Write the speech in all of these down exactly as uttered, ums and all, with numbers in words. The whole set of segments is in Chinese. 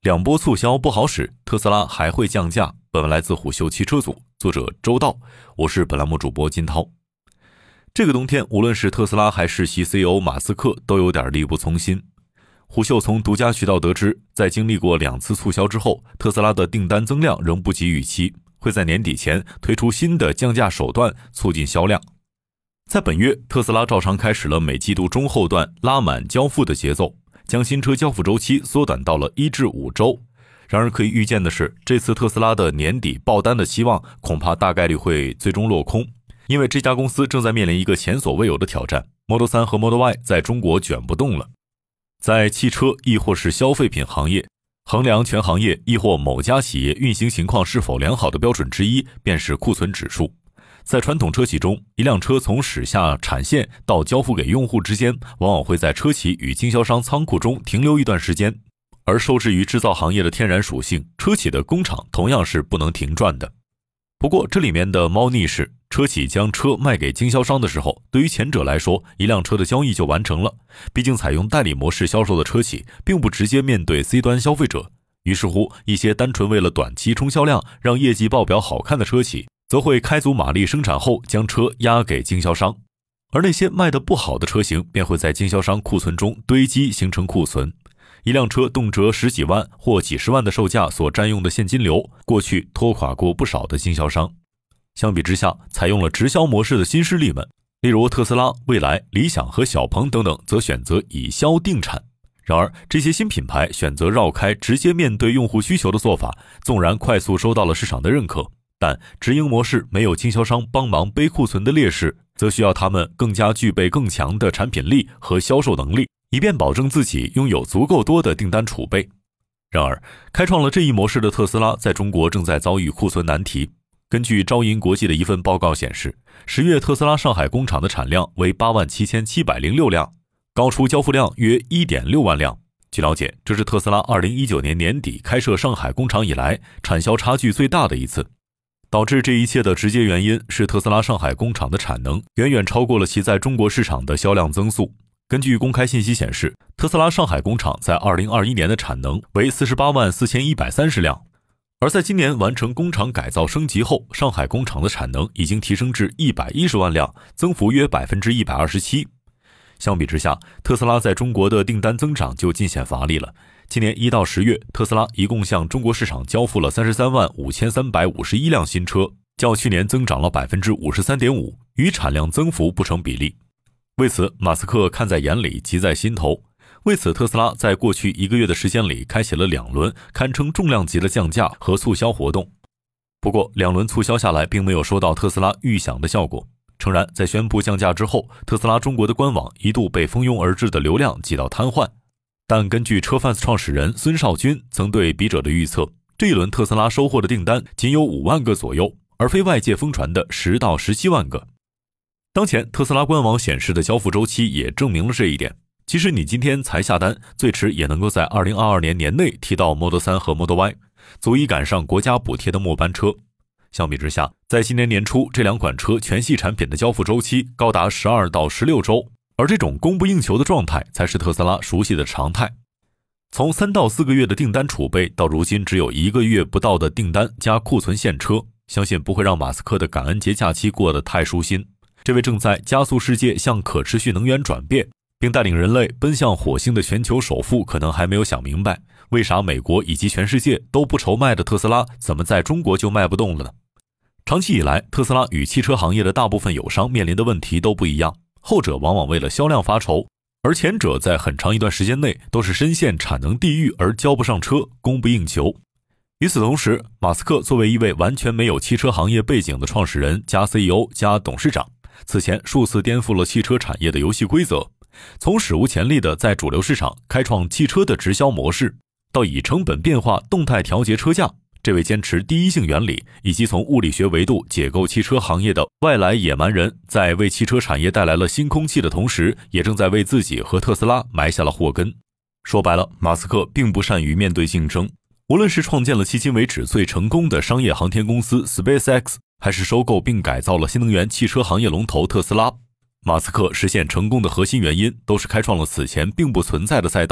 两波促销不好使，特斯拉还会降价。本文来自虎嗅汽车组，作者周道，我是本栏目主播金涛。这个冬天，无论是特斯拉还是其 C E O 马斯克都有点力不从心。虎嗅从独家渠道得知，在经历过两次促销之后，特斯拉的订单增量仍不及预期，会在年底前推出新的降价手段，促进销量。在本月，特斯拉照常开始了每季度中后段拉满交付的节奏，将新车交付周期缩短到了一至五周。然而可以预见的是，这次特斯拉的年底爆单的期望恐怕大概率会最终落空，因为这家公司正在面临一个前所未有的挑战 Model 三和 Model Y 在中国卷不动了。在汽车亦或是消费品行业，衡量全行业亦或某家企业运行情况是否良好的标准之一便是库存指数。在传统车企中，一辆车从始下产线到交付给用户之间，往往会在车企与经销商仓库中停留一段时间，而受制于制造行业的天然属性，车企的工厂同样是不能停转的。不过这里面的猫腻是，车企将车卖给经销商的时候，对于前者来说，一辆车的交易就完成了，毕竟采用代理模式销售的车企并不直接面对 C 端消费者。于是乎，一些单纯为了短期冲销量，让业绩报表好看的车企则会开足马力生产后将车押给经销商，而那些卖得不好的车型便会在经销商库存中堆积形成库存。一辆车动辄十几万或几十万的售价所占用的现金流，过去拖垮过不少的经销商。相比之下，采用了直销模式的新势力们，例如特斯拉、蔚来、理想和小鹏等等，则选择以销定产。然而这些新品牌选择绕开直接面对用户需求的做法，纵然快速收到了市场的认可，但直营模式没有经销商帮忙背库存的劣势，则需要他们更加具备更强的产品力和销售能力，以便保证自己拥有足够多的订单储备。然而开创了这一模式的特斯拉在中国正在遭遇库存难题。根据招银国际的一份报告显示，十月特斯拉上海工厂的产量为八万七千七百零六辆，高出交付量约 一点六万辆。据了解，这是特斯拉二零一九年年底开设上海工厂以来产销差距最大的一次。导致这一切的直接原因是特斯拉上海工厂的产能远远超过了其在中国市场的销量增速。根据公开信息显示，特斯拉上海工厂在二零二一年的产能为四十八万四千一百三十辆，而在今年完成工厂改造升级后，上海工厂的产能已经提升至一百一十万辆，增幅约 百分之一百二十七。相比之下，特斯拉在中国的订单增长就尽显乏力了。今年一到十月，特斯拉一共向中国市场交付了三十三万五千三百五十一辆新车，较去年增长了 百分之五十三点五， 与产量增幅不成比例。为此，马斯克看在眼里，急在心头。为此，特斯拉在过去一个月的时间里开启了两轮堪称重量级的降价和促销活动。不过，两轮促销下来并没有收到特斯拉预想的效果。诚然，在宣布降价之后，特斯拉中国的官网一度被蜂拥而至的流量挤到瘫痪。但根据车 fans 创始人孙少军曾对笔者的预测，这一轮特斯拉收获的订单仅有五万个左右，而非外界疯传的十到十七万个。当前特斯拉官网显示的交付周期也证明了这一点，即使你今天才下单，最迟也能够在二零二二年年内提到 Model 三和 Model Y， 足以赶上国家补贴的末班车。相比之下，在今年年初，这两款车全系产品的交付周期高达十二到十六周，而这种供不应求的状态才是特斯拉熟悉的常态。从三到四个月的订单储备到如今只有一个月不到的订单加库存现车，相信不会让马斯克的感恩节假期过得太舒心。这位正在加速世界向可持续能源转变，并带领人类奔向火星的全球首富可能还没有想明白，为啥美国以及全世界都不愁卖的特斯拉，怎么在中国就卖不动了呢？长期以来，特斯拉与汽车行业的大部分友商面临的问题都不一样，后者往往为了销量发愁，而前者在很长一段时间内都是深陷产能地狱而交不上车，供不应求。与此同时，马斯克作为一位完全没有汽车行业背景的创始人加 C E O 加董事长，此前数次颠覆了汽车产业的游戏规则，从史无前例的在主流市场开创汽车的直销模式，到以成本变化动态调节车价，这位坚持第一性原理以及从物理学维度解构汽车行业的外来野蛮人，在为汽车产业带来了新空气的同时，也正在为自己和特斯拉埋下了祸根。说白了，马斯克并不善于面对竞争，无论是创建了迄今为止最成功的商业航天公司 SpaceX， 还是收购并改造了新能源汽车行业龙头特斯拉，马斯克实现成功的核心原因都是开创了此前并不存在的赛道，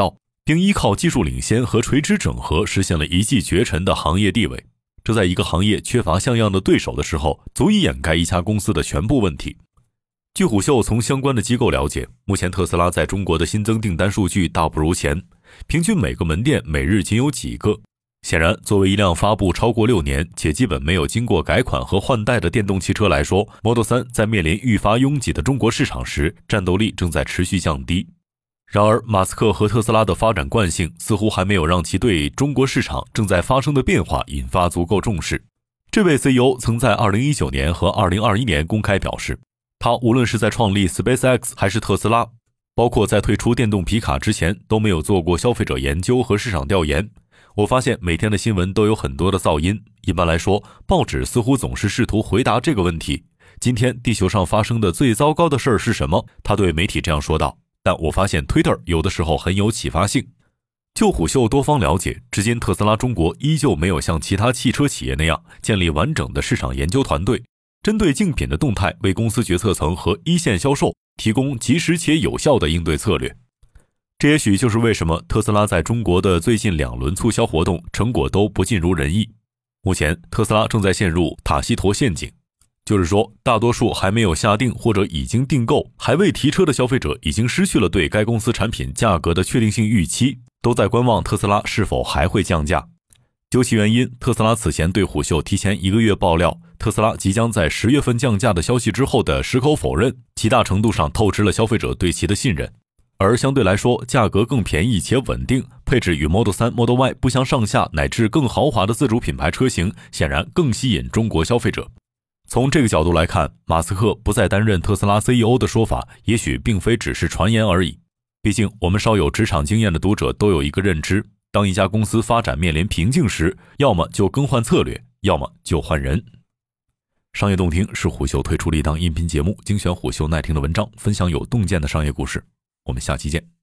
并依靠技术领先和垂直整合实现了一骑绝尘的行业地位。这在一个行业缺乏像样的对手的时候，足以掩盖一家公司的全部问题。据虎嗅从相关的机构了解，目前特斯拉在中国的新增订单数据大不如前，平均每个门店每日仅有几个。显然，作为一辆发布超过六年且基本没有经过改款和换代的电动汽车来说， Model 三在面临愈发拥挤的中国市场时，战斗力正在持续降低。然而，马斯克和特斯拉的发展惯性似乎还没有让其对中国市场正在发生的变化引发足够重视。这位 C E O 曾在二零一九年和二零二一年公开表示，他无论是在创立 SpaceX 还是特斯拉，包括在退出电动皮卡之前，都没有做过消费者研究和市场调研。我发现每天的新闻都有很多的噪音，一般来说，报纸似乎总是试图回答这个问题：今天地球上发生的最糟糕的事儿是什么？他对媒体这样说道。但我发现 Twitter 有的时候很有启发性。就虎嗅多方了解，至今特斯拉中国依旧没有像其他汽车企业那样建立完整的市场研究团队，针对竞品的动态为公司决策层和一线销售提供及时且有效的应对策略。这也许就是为什么特斯拉在中国的最近两轮促销活动成果都不尽如人意。目前特斯拉正在陷入塔西佗陷阱，就是说大多数还没有下定或者已经订购还未提车的消费者已经失去了对该公司产品价格的确定性预期，都在观望特斯拉是否还会降价。究其原因，特斯拉此前对虎嗅提前一个月爆料特斯拉即将在十月份降价的消息之后的矢口否认，极大程度上透支了消费者对其的信任。而相对来说，价格更便宜且稳定，配置与 Model 三、Model Y 不相上下乃至更豪华的自主品牌车型，显然更吸引中国消费者。从这个角度来看，马斯克不再担任特斯拉 C E O 的说法，也许并非只是传言而已。毕竟，我们稍有职场经验的读者都有一个认知：当一家公司发展面临瓶颈时，要么就更换策略，要么就换人。商业洞听是虎嗅推出的一档音频节目，精选虎嗅耐听的文章，分享有洞见的商业故事。我们下期见。